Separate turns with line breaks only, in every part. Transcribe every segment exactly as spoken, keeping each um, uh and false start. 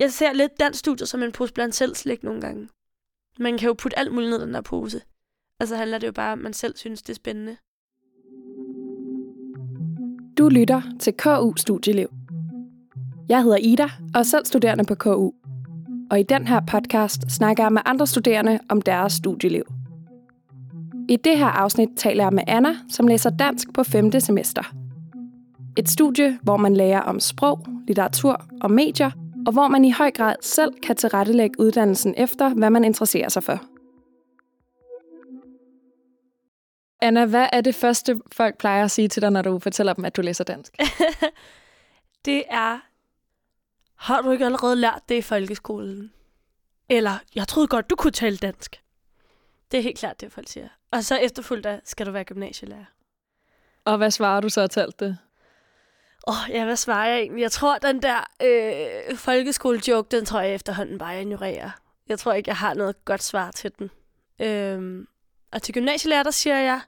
Jeg ser lidt dansk studie som en pose blandt selv slik nogle gange. Man kan jo putte alt muligt ned i den der pose. Og så handler det jo bare om, at man selv synes, det er spændende.
Du lytter til K U Studieliv. Jeg hedder Ida og er selv studerende på K U. Og i den her podcast snakker jeg med andre studerende om deres studieliv. I det her afsnit taler jeg med Anna, som læser dansk på femte semester. Et studie, hvor man lærer om sprog, litteratur og medier, og hvor man i høj grad selv kan tilrettelægge uddannelsen efter, hvad man interesserer sig for. Anna, hvad er det første, folk plejer at sige til dig, når du fortæller dem, at du læser dansk?
Det er, har du ikke allerede lært det i folkeskolen? Eller, jeg troede godt, du kunne tale dansk. Det er helt klart det, folk siger. Og så efterfulgt af, skal du være gymnasielærer.
Og hvad svarer du så til alt det?
Åh, oh, ja, hvad svarer jeg egentlig? Jeg tror, den der øh, folkeskolejoke, den tror jeg efterhånden bare, jeg ignorerer. Jeg tror ikke, jeg har noget godt svar til den. Øhm, og til gymnasielærer, der siger jeg,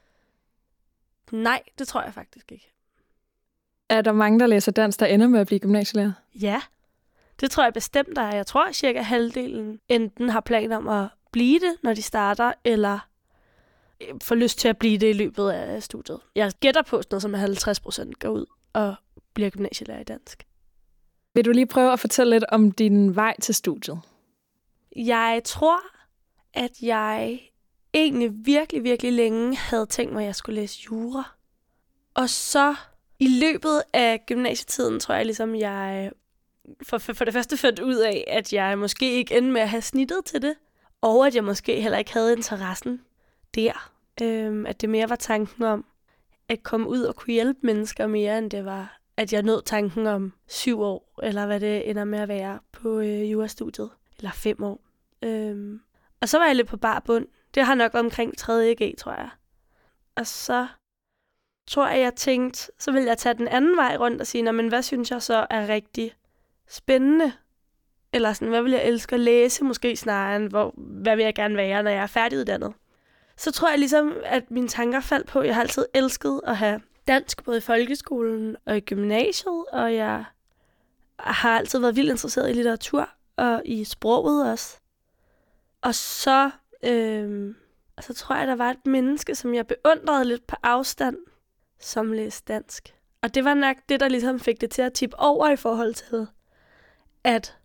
nej, det tror jeg faktisk ikke.
Er der mange, der læser dansk, der ender med at blive gymnasielærer?
Ja, det tror jeg bestemt, der er. Jeg tror, at cirka halvdelen enten har planer om at blive det, når de starter, eller får lyst til at blive det i løbet af studiet. Jeg gætter på sådan noget, som halvtreds procent går ud og bliver gymnasielærer i dansk.
Vil du lige prøve at fortælle lidt om din vej til studiet?
Jeg tror, at jeg egentlig virkelig, virkelig længe havde tænkt mig, at jeg skulle læse jura. Og så i løbet af gymnasietiden, tror jeg ligesom, jeg for, for, for det første fandt ud af, at jeg måske ikke endte med at have snittet til det, og at jeg måske heller ikke havde interessen der. Øhm, at det mere var tanken om at komme ud og kunne hjælpe mennesker mere, end det var, at jeg nåede tanken om syv år, eller hvad det ender med at være på øh, jurastudiet, eller fem år. Øhm, og så var jeg lidt på bar bund. Det har nok været omkring tredje G, tror jeg. Og så tror jeg, jeg tænkte, så vil jeg tage den anden vej rundt og sige, nå, men hvad synes jeg så er rigtig spændende? Eller sådan, hvad vil jeg elske at læse, måske snarere end, hvor, hvad vil jeg gerne være, når jeg er færdiguddannet? Så tror jeg ligesom, at mine tanker faldt på, jeg har altid elsket at have dansk, både i folkeskolen og i gymnasiet, og jeg har altid været vildt interesseret i litteratur og i sproget også. Og så, øh, og så tror jeg, der var et menneske, som jeg beundrede lidt på afstand, som læste dansk. Og det var nok det, der ligesom fik det til at tippe over i forhold til, at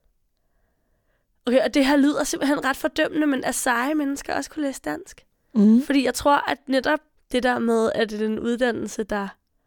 okay, og det her lyder simpelthen ret fordømmende, men at seje mennesker også kunne læse dansk. Mm. Fordi jeg tror, at netop det der med, at det er en uddannelse, der,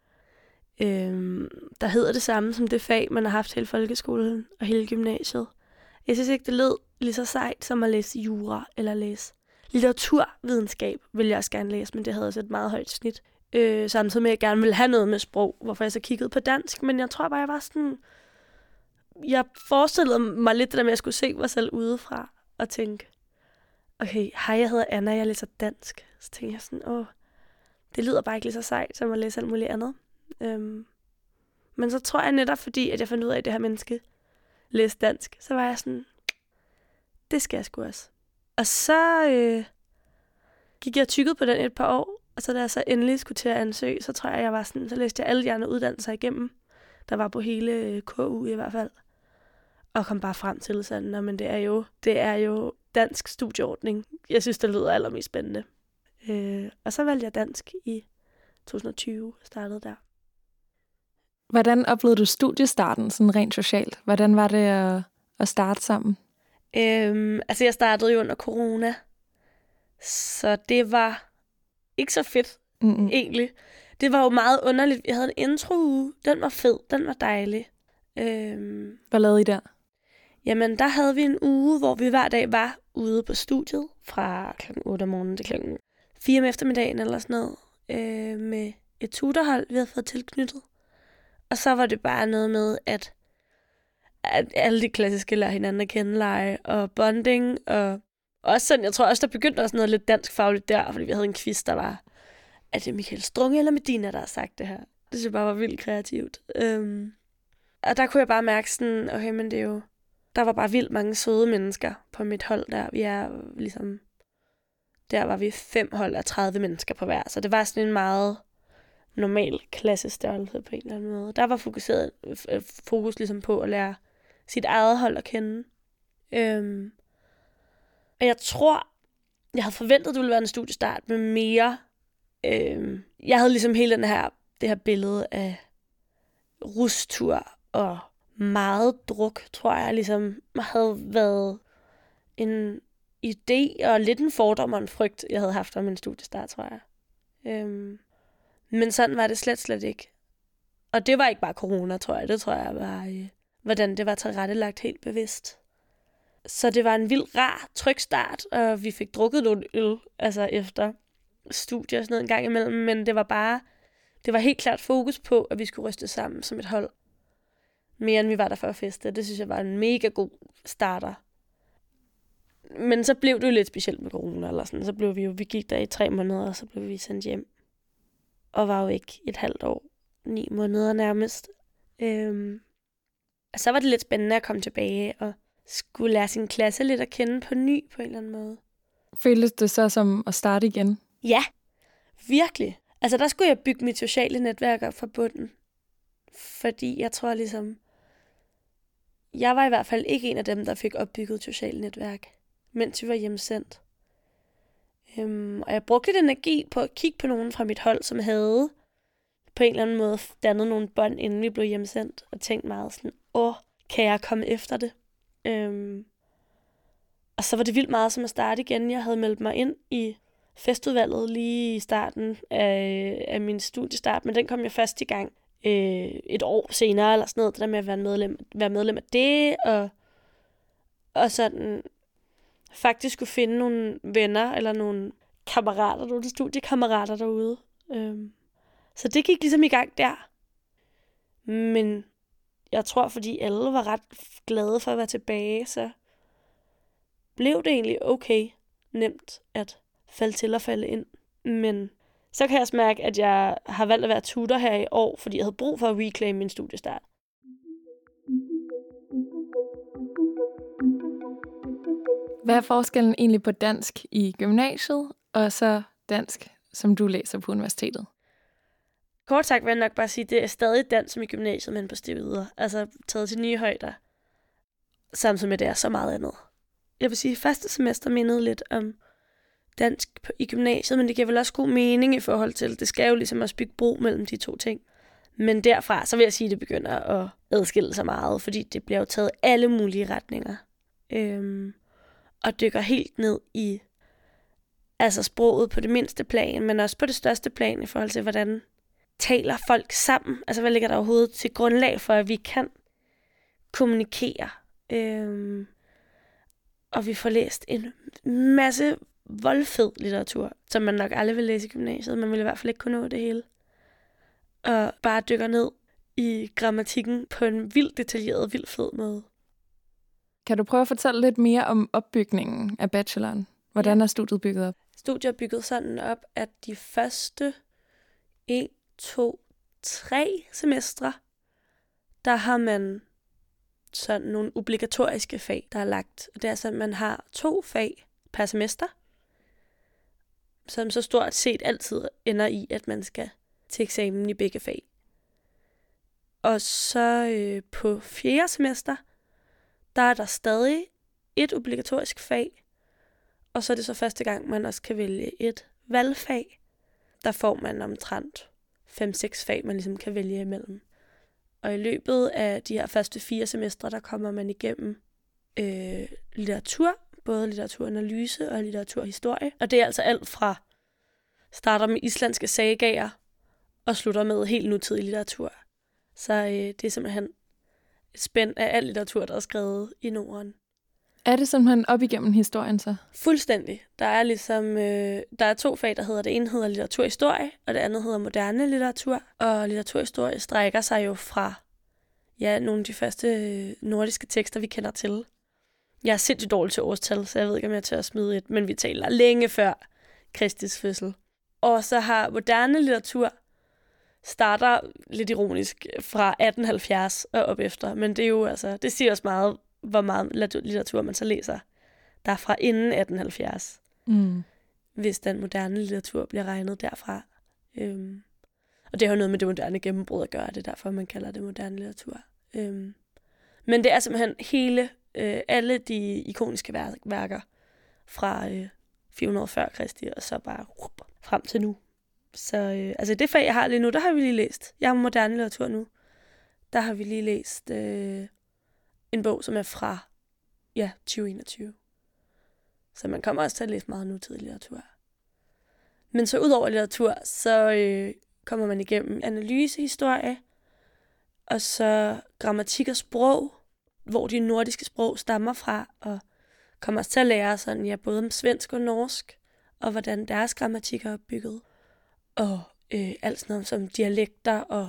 øhm, der hedder det samme som det fag, man har haft hele folkeskolen og hele gymnasiet. Jeg synes ikke, det lød lige så sejt som at læse jura eller læse litteraturvidenskab, vil jeg også gerne læse, men det havde også et meget højt snit. Øh, samtidig med, at jeg gerne ville have noget med sprog, hvorfor jeg så kiggede på dansk, men jeg tror bare, jeg var sådan... Jeg forestillede mig lidt det der med, at jeg skulle se mig selv udefra og tænke, okay, hej, jeg hedder Anna, jeg læser dansk. Så tænkte jeg sådan, åh, det lyder bare ikke lige så sejt, som at læse alt muligt andet. Øhm, men så tror jeg netop, fordi at jeg fandt ud af, at det her menneske læste dansk, så var jeg sådan, det skal jeg sgu også. Og så øh, gik jeg og tykkede på den et par år, og så da jeg så endelig skulle til at ansøge, så tror jeg, jeg var sådan, så læste jeg alle de andre uddannelser igennem, der var på hele K U i hvert fald. Og kom bare frem til sådan, men det er jo, det er jo dansk studieordning. Jeg synes, det lyder allermest spændende. Øh, og så valgte jeg dansk i to tusind og tyve, startede der.
Hvordan oplevede du studiestarten sådan rent socialt? Hvordan var det at, at starte sammen?
Øhm, altså, jeg startede jo under corona, så det var ikke så fedt, Mm-mm. egentlig. Det var jo meget underligt. Jeg havde en intro-uge. Den var fed. Den var dejlig. Øhm,
Hvad lavede I der?
Jamen, der havde vi en uge, hvor vi hver dag var ude på studiet fra klokken otte om morgenen til klokken fire om eftermiddagen eller sådan noget, øh, med et tutorhold, vi havde fået tilknyttet. Og så var det bare noget med, at, at alle de klassiske lærer hinanden at kende, lege og bonding. Og også sådan, jeg tror også, der begyndte også noget lidt dansk fagligt der, fordi vi havde en quiz, der var, at det er Michael Strunge eller Medina, der har sagt det her. Det synes jeg bare var vildt kreativt. Øhm, og der kunne jeg bare mærke sådan, okay, men det er jo, der var bare vildt mange søde mennesker på mit hold der. Vi er ligesom, der var vi fem hold af tredive mennesker på hver, så det var sådan en meget normal klassestørrelse på en eller anden måde. Der var fokuseret, fokus ligesom på at lære sit eget hold at kende. Øhm, og jeg tror, jeg havde forventet, at det ville være en studiestart med mere. Øhm, jeg havde ligesom hele den her, det her billede af rustur og meget druk, tror jeg, ligesom havde været en idé og lidt en fordom og en frygt, jeg havde haft om en studiestart, tror jeg. Øhm, men sådan var det slet, slet ikke. Og det var ikke bare corona, tror jeg. Det tror jeg var, øh, hvordan det var tilrettelagt helt bevidst. Så det var en vild rar, tryg start, og vi fik drukket nogle øl, altså efter studier og sådan noget en gang imellem, men det var bare, det var helt klart fokus på, at vi skulle ryste sammen som et hold. Mere end vi var der for at feste. Det synes jeg var en mega god starter. Men så blev det jo lidt specielt med corona, eller sådan. Så blev vi jo, vi gik der i tre måneder, og så blev vi sendt hjem. Og var jo ikke et halvt år, ni måneder nærmest. Øhm, og så var det lidt spændende at komme tilbage og skulle lære sin klasse lidt at kende på ny på en eller anden måde.
Føltes det så som at starte igen?
Ja, virkelig. Altså der skulle jeg bygge mit sociale netværk op fra bunden. Fordi jeg tror ligesom, jeg var i hvert fald ikke en af dem, der fik opbygget et socialt netværk, mens vi var hjemsendt. Øhm, og jeg brugte lidt energi på at kigge på nogen fra mit hold, som havde på en eller anden måde dannet nogle bånd, inden vi blev hjemsendt, og tænkte meget sådan, åh, kan jeg komme efter det? Øhm, og så var det vildt meget som at starte igen. Jeg havde meldt mig ind i festudvalget lige i starten af, af min studiestart, men den kom jeg først i gang øh, et år senere, eller sådan noget, det der med at være medlem, være medlem af det, og, og sådan faktisk skulle finde nogle venner, eller nogle kammerater, nogle studiekammerater derude. Øhm, så det gik ligesom i gang der. Men jeg tror, fordi alle var ret glade for at være tilbage, så blev det egentlig okay nemt at falde til og falde ind. Men så kan jeg også mærke, at jeg har valgt at være tutor her i år, fordi jeg havde brug for at reclaim min studiestart.
Hvad er forskellen egentlig på dansk i gymnasiet, og så dansk, som du læser på universitetet?
Kort sagt vil jeg nok bare sige, at det er stadig dansk som i gymnasiet, men på stiv videre. Altså taget til nye højder. Samtidig med det er så meget andet. Jeg vil sige, at første semester mindede lidt om dansk i gymnasiet, men det giver vel også god mening i forhold til, det skal jo ligesom også bygge bro mellem de to ting. Men derfra, så vil jeg sige, at det begynder at adskille sig meget, fordi det bliver jo taget alle mulige retninger. Øhm, og dykker helt ned i altså sproget på det mindste plan, men også på det største plan i forhold til, hvordan taler folk sammen. Altså, hvad ligger der overhovedet til grundlag for, at vi kan kommunikere. Øhm, og vi får læst en masse voldfed litteratur, som man nok aldrig vil læse i gymnasiet. Man vil i hvert fald ikke kunne nå det hele. Og bare dykker ned i grammatikken på en vildt detaljeret, vildt fed måde.
Kan du prøve at fortælle lidt mere om opbygningen af bacheloren? Hvordan er studiet bygget op?
Studiet er bygget sådan op, at de første en, to, tre semestre, der har man sådan nogle obligatoriske fag, der er lagt. Det er sådan, at man har to fag per semester, som så stort set altid ender i, at man skal til eksamen i begge fag. Og så øh, på fjerde semester, der er der stadig et obligatorisk fag, og så er det så første gang, man også kan vælge et valgfag. Der får man omtrent fem seks fag, man ligesom kan vælge imellem. Og i løbet af de her første fire semestre, der kommer man igennem øh, litteratur, både litteraturanalyse og litteraturhistorie. Og det er altså alt fra starter med islandske sagaer og slutter med helt nutidig litteratur. Så øh, det er simpelthen et spænd af al litteratur, der er skrevet i Norden.
Er det simpelthen op igennem historien så?
Fuldstændig. Der er ligesom øh, der er to fag, der hedder, det ene hedder litteraturhistorie, og det andet hedder moderne litteratur. Og litteraturhistorie strækker sig jo fra ja, nogle af de første nordiske tekster, vi kender til. Jeg er sindssygt dårlig til årstal, så jeg ved ikke, om jeg tør at smide et, men vi taler længe før Kristis fødsel. Og så har moderne litteratur starter lidt ironisk fra atten halvfjerds og op efter, men det er jo altså, det siger også meget, hvor meget litteratur man så læser, der er fra inden atten halvfjerds, mm. hvis den moderne litteratur bliver regnet derfra. Øhm, og det har noget med det moderne gennembrud at gøre, det er derfor, man kalder det moderne litteratur. Øhm, Men det er simpelthen hele, øh, alle de ikoniske værker fra øh, fire hundrede før Kristi, og så bare rup, frem til nu. Så øh, altså det fag, jeg har lige nu, der har vi lige læst. Jeg har moderne litteratur nu. Der har vi lige læst øh, en bog, som er fra ja, tyve enogtyve. Så man kommer også til at læse meget nutidig litteratur. Men så ud over litteratur, så øh, kommer man igennem analysehistorie, og så grammatik og sprog, hvor de nordiske sprog stammer fra, og kommer også til at lære sådan, ja, både om svensk og norsk, og hvordan deres grammatik er opbygget, og øh, alt sådan noget som dialekter og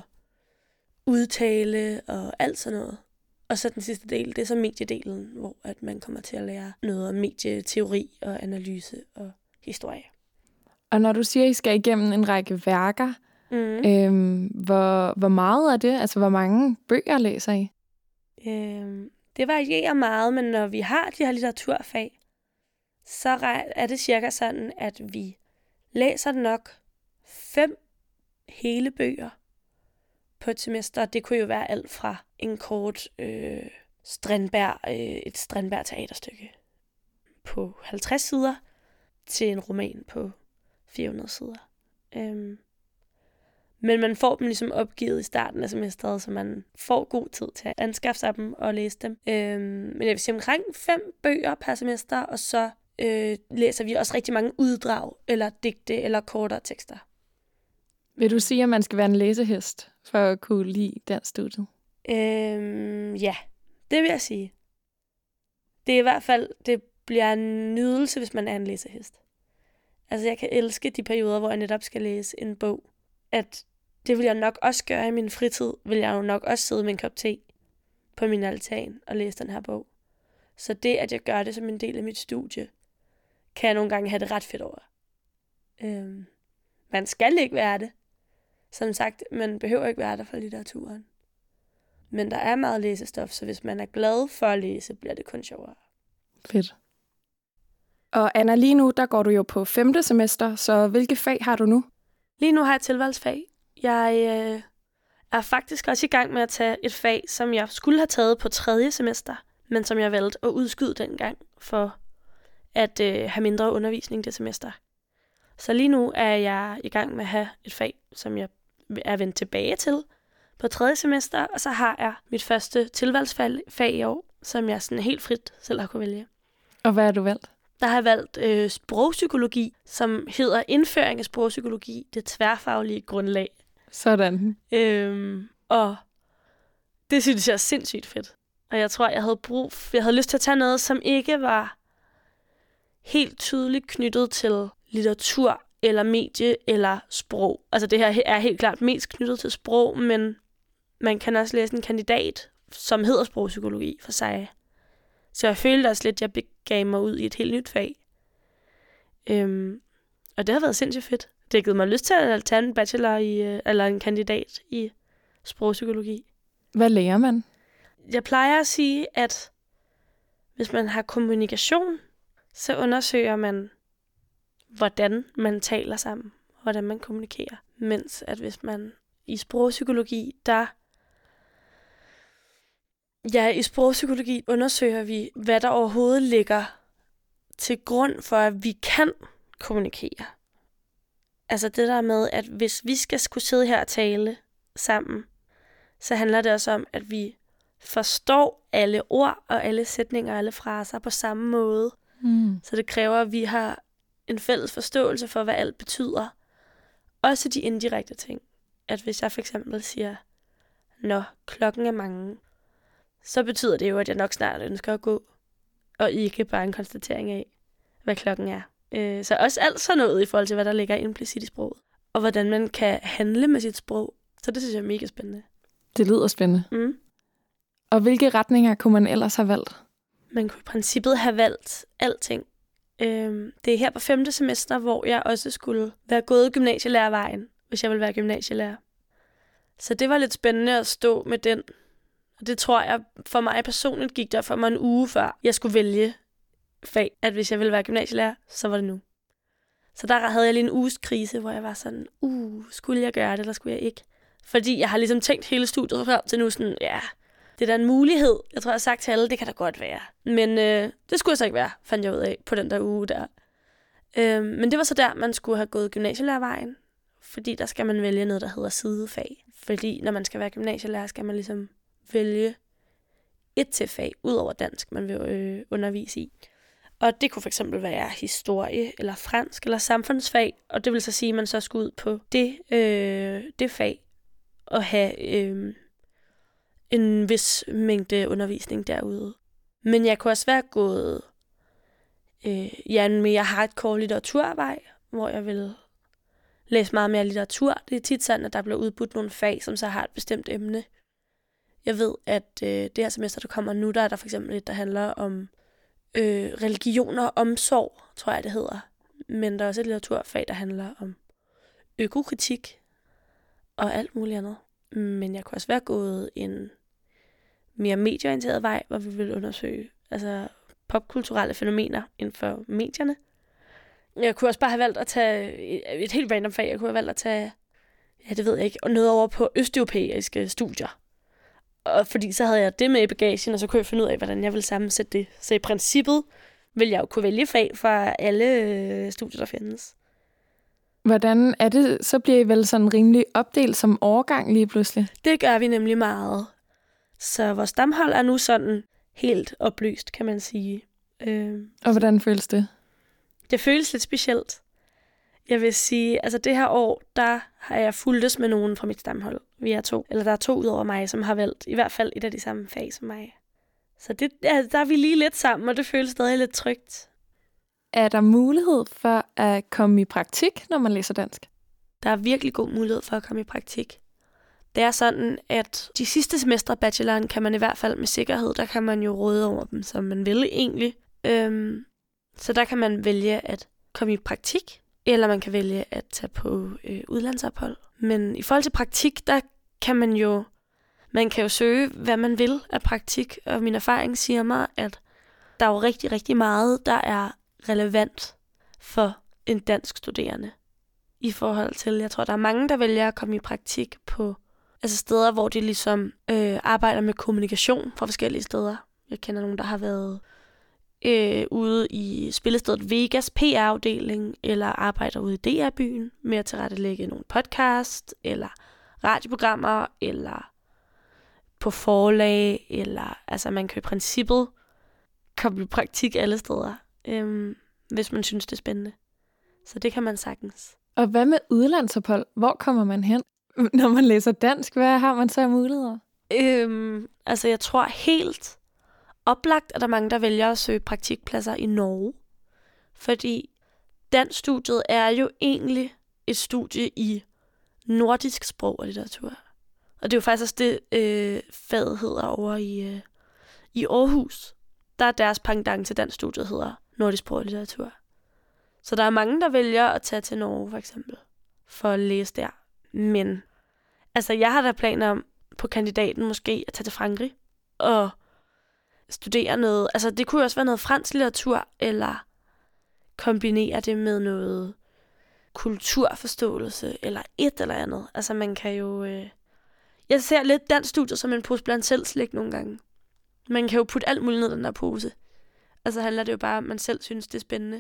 udtale og alt sådan noget. Og så den sidste del, det er så mediedelen, hvor at man kommer til at lære noget om medieteori og analyse og historie.
Og når du siger, at I skal igennem en række værker, mm. øhm, hvor, hvor meget er det? Altså, hvor mange bøger læser I?
Øhm, det varierer meget, men når vi har de her litteraturfag, så er det cirka sådan, at vi læser nok fem hele bøger på et semester. Det kunne jo være alt fra en kort øh, Strindberg, øh, et Strindberg teaterstykke på halvtreds sider til en roman på fire hundrede sider. Øhm. Men man får dem ligesom opgivet i starten af semesteret, så man får god tid til at anskaffe sig dem og læse dem. Øhm. Men jeg vil sige omkring fem bøger per semester, og så øh, læser vi også rigtig mange uddrag, eller digte, eller kortere tekster.
Vil du sige, at man skal være en læsehest for at kunne lide den studie?
Øhm, ja, det vil jeg sige. Det er i hvert fald, det bliver en nydelse, hvis man er en læsehest. Altså, jeg kan elske de perioder, hvor jeg netop skal læse en bog. At det vil jeg nok også gøre i min fritid, vil jeg jo nok også sidde med en kop te på min altan og læse den her bog. Så det, at jeg gør det som en del af mit studie, kan jeg nogle gange have det ret fedt over. Øhm, man skal ikke være det. Som sagt, man behøver ikke være der for litteraturen. Men der er meget læsestof, så hvis man er glad for at læse, bliver det kun sjovere.
Fedt. Og Anna, lige nu, der går du jo på femte semester, så hvilke fag har du nu?
Lige nu har jeg tilvalgsfag. Jeg øh, er faktisk også i gang med at tage et fag, som jeg skulle have taget på tredje semester, men som jeg valgte at udskyde dengang for at øh, have mindre undervisning det semester. Så lige nu er jeg i gang med at have et fag, som jeg er vendt tilbage til på tredje semester, og så har jeg mit første tilvalgsfag i år, som jeg sådan helt frit selv har kunne vælge.
Og hvad har du valgt?
Der har jeg valgt øh, sprogpsykologi, som hedder indføring af sprogpsykologi, det tværfaglige grundlag.
Sådan.
Øhm, og det synes jeg er sindssygt fedt. Og jeg tror, jeg havde brug, jeg havde lyst til at tage noget, som ikke var helt tydeligt knyttet til litteratur eller medie eller sprog. Altså det her er helt klart mest knyttet til sprog, men man kan også læse en kandidat, som hedder sprogpsykologi for sig. Så jeg følte også lidt, at jeg begav mig ud i et helt nyt fag. Øhm, og det har været sindssygt fedt. Det har givet mig lyst til at tage en bachelor i, eller en kandidat i sprogpsykologi.
Hvad lærer man?
Jeg plejer at sige, at hvis man har kommunikation, så undersøger man, hvordan man taler sammen, hvordan man kommunikerer. Mens at hvis man i sprogpsykologi, der ja, i sprogpsykologi undersøger vi, hvad der overhovedet ligger til grund for, at vi kan kommunikere. Altså det der med, at hvis vi skal skulle sidde her og tale sammen, så handler det også om, at vi forstår alle ord og alle sætninger og alle fraser på samme måde. Mm. Så det kræver, at vi har en fælles forståelse for, hvad alt betyder. Også de indirekte ting. At hvis jeg for eksempel siger, nå, klokken er mange, så betyder det jo, at jeg nok snart ønsker at gå, og ikke bare en konstatering af, hvad klokken er. Øh, så også alt sådan noget i forhold til, hvad der ligger implicit i sproget, og hvordan man kan handle med sit sprog. Så det synes jeg er mega spændende.
Det lyder spændende.
Mm.
Og hvilke retninger kunne man ellers have valgt?
Man kunne i princippet have valgt alting. Øh, det er her på femte semester, hvor jeg også skulle være gået gymnasielærervejen, hvis jeg ville være gymnasielærer. Så det var lidt spændende at stå med den. Og det tror jeg, for mig personligt gik der for mig en uge før, jeg skulle vælge fag, at hvis jeg ville være gymnasielærer, så var det nu. Så der havde jeg lige en uges krise, hvor jeg var sådan, uh, skulle jeg gøre det, eller skulle jeg ikke? Fordi jeg har ligesom tænkt hele studiet frem til nu sådan, ja, det er da en mulighed. Jeg tror, jeg har sagt til alle, det kan da godt være. Men øh, det skulle jeg så ikke være, fandt jeg ud af på den der uge der. Øh, men det var så der, man skulle have gået gymnasielærervejen. Fordi der skal man vælge noget, der hedder sidefag. Fordi når man skal være gymnasielærer, skal man ligesom vælge et til fag, ud over dansk, man vil øh, undervise i. Og det kunne for eksempel være historie, eller fransk, eller samfundsfag. Og det vil så sige, at man så skulle ud på det, øh, det fag og have øh, en vis mængde undervisning derude. Men jeg kunne også være gået øh, ja, en mere hardcore litteraturvej, hvor jeg ville læse meget mere litteratur. Det er tit sådan, at der bliver udbudt nogle fag, som så har et bestemt emne. Jeg ved, at øh, det her semester, der kommer nu, der er der for eksempel et, der handler om øh, religion og omsorg, tror jeg, det hedder. Men der er også et litteraturfag, der handler om økokritik og alt muligt andet. Men jeg kunne også være gået en mere medieorienteret vej, hvor vi ville undersøge altså popkulturelle fænomener inden for medierne. Jeg kunne også bare have valgt at tage et, et helt random fag. Jeg kunne have valgt at tage, ja, det ved jeg ikke, noget over på østeuropæiske studier. Og fordi så havde jeg det med i bagagen, og så kunne jeg finde ud af, hvordan jeg ville sammensætte det. Så i princippet ville jeg jo kunne vælge fag fra alle studier, der findes.
Hvordan er det? Så bliver I vel sådan rimelig opdelt som årgang lige pludselig?
Det gør vi nemlig meget. Så vores stamhold er nu sådan helt oplyst, kan man sige. Øh,
og hvordan føles det?
Det føles lidt specielt. Jeg vil sige, altså det her år, der har jeg fulgtes med nogen fra mit stamhold. Vi er to, eller der er to ud over mig, som har valgt i hvert fald et af de samme fag som mig. Så det, ja, der er vi lige lidt sammen, og det føles stadig lidt trygt.
Er der mulighed for at komme i praktik, når man læser dansk?
Der er virkelig god mulighed for at komme i praktik. Det er sådan, at de sidste semestre af bacheloren kan man i hvert fald med sikkerhed, der kan man jo råde over dem, som man vil egentlig. Øhm, så der kan man vælge at komme i praktik, eller man kan vælge at tage på øh, udlandsophold. Men i forhold til praktik, der kan man jo, man kan jo søge, hvad man vil af praktik. Og min erfaring siger mig, at der er jo rigtig, rigtig meget, der er relevant for en dansk studerende. I forhold til, jeg tror, der er mange, der vælger at komme i praktik på altså steder, hvor de ligesom øh, arbejder med kommunikation fra forskellige steder. Jeg kender nogen, der har været øh, ude i spillestedet Vegas P R-afdeling, eller arbejder ude i D R-byen med at tilrettelægge nogle podcast, eller radioprogrammer, eller på forlag, eller altså man kan i princippet komme i praktik alle steder, øh, hvis man synes, det er spændende. Så det kan man sagtens.
Og hvad med udlandsophold? Hvor kommer man hen, når man læser dansk? Hvad har man så af muligheder?
Øhm, altså, jeg tror helt oplagt, at der er mange, der vælger at søge praktikpladser i Norge. Fordi danskstudiet er jo egentlig et studie i nordisk sprog og litteratur. Og det er jo faktisk også det, øh, faget hedder over i, øh, i Aarhus. Der er deres pendant til danskstudiet hedder nordisk sprog og litteratur. Så der er mange, der vælger at tage til Norge, for eksempel, for at læse der. Men altså, jeg har da planer om på kandidaten måske at tage til Frankrig og studere noget. Altså, det kunne også være noget fransk litteratur, eller kombinere det med noget kulturforståelse, eller et eller andet. Altså, man kan jo... Øh... Jeg ser lidt dansk studie som en pose blandt selv slik nogle gange. Man kan jo putte alt muligt ned i den der pose. Altså, handler det jo bare om, at man selv synes, det er spændende.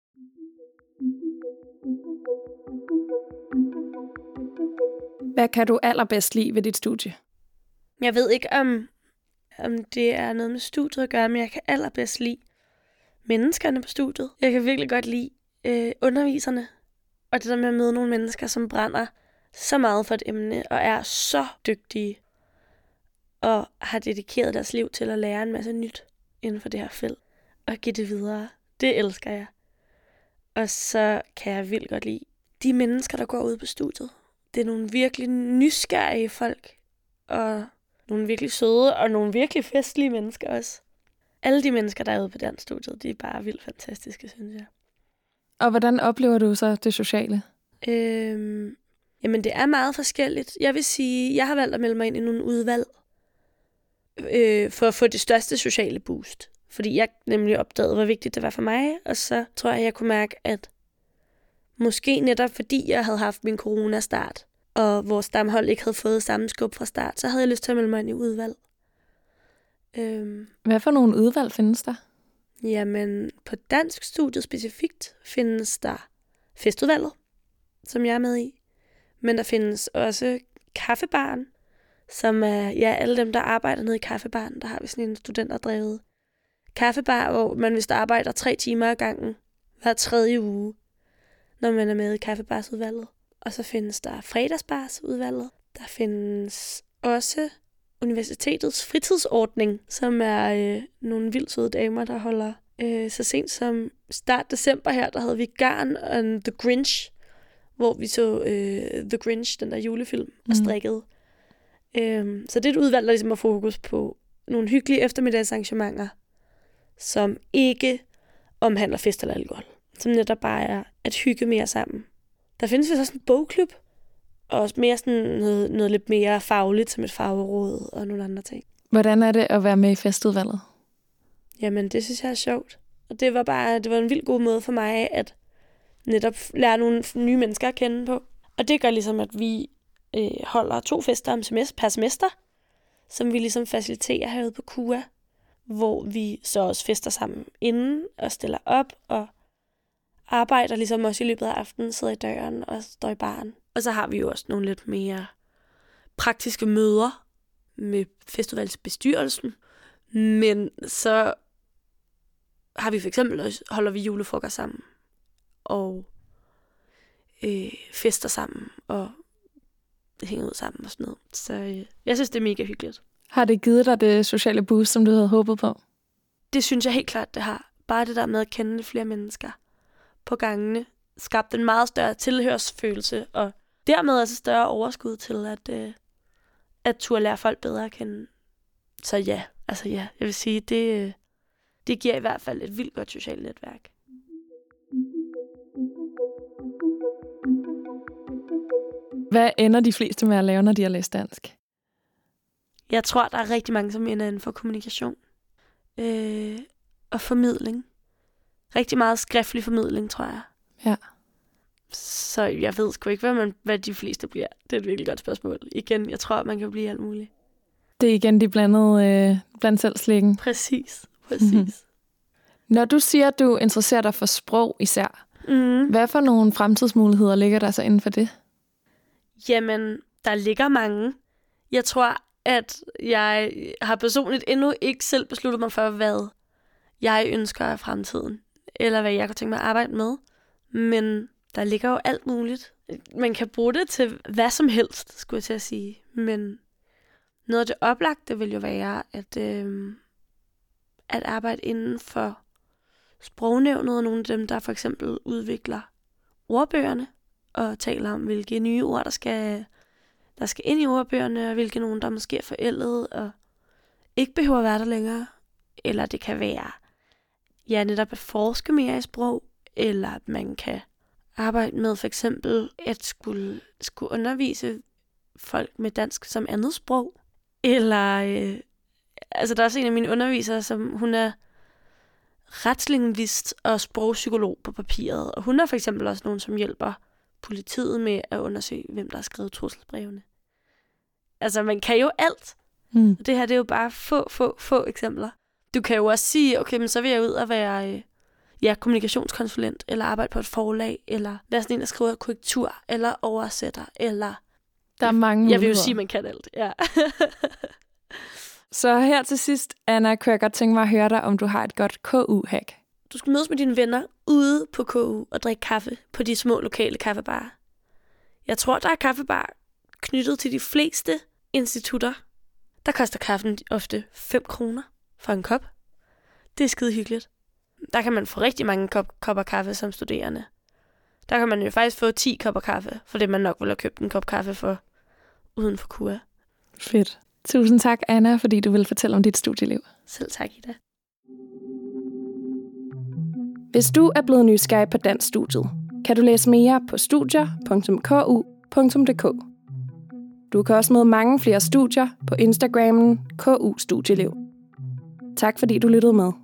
Hvad kan du allerbedst lide ved dit studie?
Jeg ved ikke, om, om det er noget med studiet at gøre, men jeg kan allerbedst lide menneskerne på studiet. Jeg kan virkelig godt lide øh, underviserne. Og det der med at møde nogle mennesker, som brænder så meget for et emne, og er så dygtige, og har dedikeret deres liv til at lære en masse nyt inden for det her felt, og give det videre. Det elsker jeg. Og så kan jeg vildt godt lide de mennesker, der går ud på studiet. Det er nogle virkelig nysgerrige folk, og nogle virkelig søde, og nogle virkelig festlige mennesker også. Alle de mennesker, der er ude på danskstudiet, de er bare vildt fantastiske, synes jeg.
Og hvordan oplever du så det sociale?
Øhm, jamen, det er meget forskelligt. Jeg vil sige, jeg har valgt at melde mig ind i nogle udvalg, øh, for at få det største sociale boost. Fordi jeg nemlig opdagede, hvor vigtigt det var for mig, og så tror jeg, jeg kunne mærke, at måske netop fordi jeg havde haft min coronastart, og vores stamhold ikke havde fået samme skub fra start, så havde jeg lyst til at melde mig ind i udvalg. Øhm,
Hvad for nogle udvalg findes der?
Jamen, på dansk studiet specifikt findes der festudvalget, som jeg er med i. Men der findes også kaffebaren, som er ja, alle dem, der arbejder nede i kaffebaren. Der har vi sådan en studenterdrevet kaffebar, hvor man vist arbejder tre timer ad gangen hver tredje uge, når man er med i kaffebarsudvalget. Og så findes der fredagsbarsudvalget. Der findes også universitetets fritidsordning, som er øh, nogle vildt søde damer, der holder øh, så sent som start december her, der havde vi Garn and The Grinch, hvor vi så øh, The Grinch, den der julefilm, mm. og strikkede. Øh, så det er et udvalg, der ligesom har fokus på nogle hyggelige eftermiddagsarrangementer, som ikke omhandler fest eller alkohol, som netop bare er at hygge mere sammen. Der findes vist også en bogklub, og også mere sådan noget, noget lidt mere fagligt, som et fagråd og nogle andre ting.
Hvordan er det at være med i festudvalget?
Jamen, det synes jeg er sjovt. Og det var bare det var en vildt god måde for mig at netop lære nogle nye mennesker at kende på. Og det gør ligesom, at vi øh, holder to fester om semester, per semester, som vi ligesom faciliterer herude på K U A, hvor vi så også fester sammen inden og stiller op og arbejder ligesom også i løbet af aftenen, sidder i døren og står i baren. Og så har vi jo også nogle lidt mere praktiske møder med festudvalgsbestyrelsen. Men så har vi for eksempel også, holder vi julefrokost sammen og øh, fester sammen og hænger ud sammen og sådan noget. Så øh, jeg synes, det er mega hyggeligt.
Har det givet dig det sociale boost, som du havde håbet på?
Det synes jeg helt klart, det har. Bare det der med at kende lidt flere mennesker på gangene skabte en meget større tilhørsfølelse, og dermed også større overskud til at, øh, at turde lære folk bedre at kende. Så ja, altså ja, jeg vil sige, det, øh, det giver i hvert fald et vildt godt socialt netværk.
Hvad ender de fleste med at lave, når de har læst dansk?
Jeg tror, der er rigtig mange, som ender inden for kommunikation øh, og formidling. Rigtig meget skriftlig formidling, tror jeg.
Ja.
Så jeg ved sgu ikke, hvad, man, hvad de fleste bliver. Det er et virkelig godt spørgsmål. Igen, jeg tror, man kan blive alt muligt.
Det er igen de blandede øh, blandt selv slikken.
Præcis, præcis. Mm-hmm.
Når du siger, at du interesserer dig for sprog især, mm. hvad for nogle fremtidsmuligheder ligger der så inden for det?
Jamen, der ligger mange. Jeg tror, at jeg har personligt endnu ikke selv besluttet mig for, hvad jeg ønsker af fremtiden. Eller hvad jeg kan tænke mig at arbejde med. Men der ligger jo alt muligt. Man kan bruge det til hvad som helst, skulle jeg til at sige. Men noget af det oplagte vil jo være, at, øh, at arbejde inden for Sprognævnet og nogle af dem, der for eksempel udvikler ordbøgerne og taler om, hvilke nye ord, der skal, der skal ind i ordbøgerne, og hvilke nogen, der måske er forældet og ikke behøver at være der længere. Eller det kan være ja, netop at forske mere i sprog, eller at man kan arbejde med for eksempel at skulle, skulle undervise folk med dansk som andet sprog. Eller, øh, altså der er også en af mine undervisere, som hun er retslingvist og sprogpsykolog på papiret. Og hun er for eksempel også nogen, som hjælper politiet med at undersøge, hvem der har skrevet trusselsbrevene. Altså man kan jo alt. Mm. Og det her det er jo bare få, få, få eksempler. Du kan jo også sige, okay, men så vil jeg ud og være øh, ja, kommunikationskonsulent, eller arbejde på et forlag, eller være sådan en, der skriver korrektur, eller oversætter, eller...
Der er mange
Jeg vil jo sige, at man kan alt, ja.
Så her til sidst, Anna, kunne jeg godt tænke mig at høre dig, om du har et godt K U-hack.
Du skal mødes med dine venner ude på K U og drikke kaffe på de små lokale kaffebarer. Jeg tror, der er kaffebar knyttet til de fleste institutter. Der koster kaffen ofte fem kroner for en kop. Det er skide hyggeligt. Der kan man få rigtig mange kop, kopper kaffe som studerende. Der kan man jo faktisk få ti kopper kaffe, for det man nok ville have købt en kop kaffe for uden for K U A.
Fedt. Tusind tak, Anna, fordi du ville fortælle om dit studieliv.
Selv tak, Ida.
Hvis du er blevet nysgerrig på danskstudiet, kan du læse mere på studier punktum k u punktum d k. Du kan også møde mange flere studier på Instagrammen K U Studieliv. Tak fordi du lyttede med.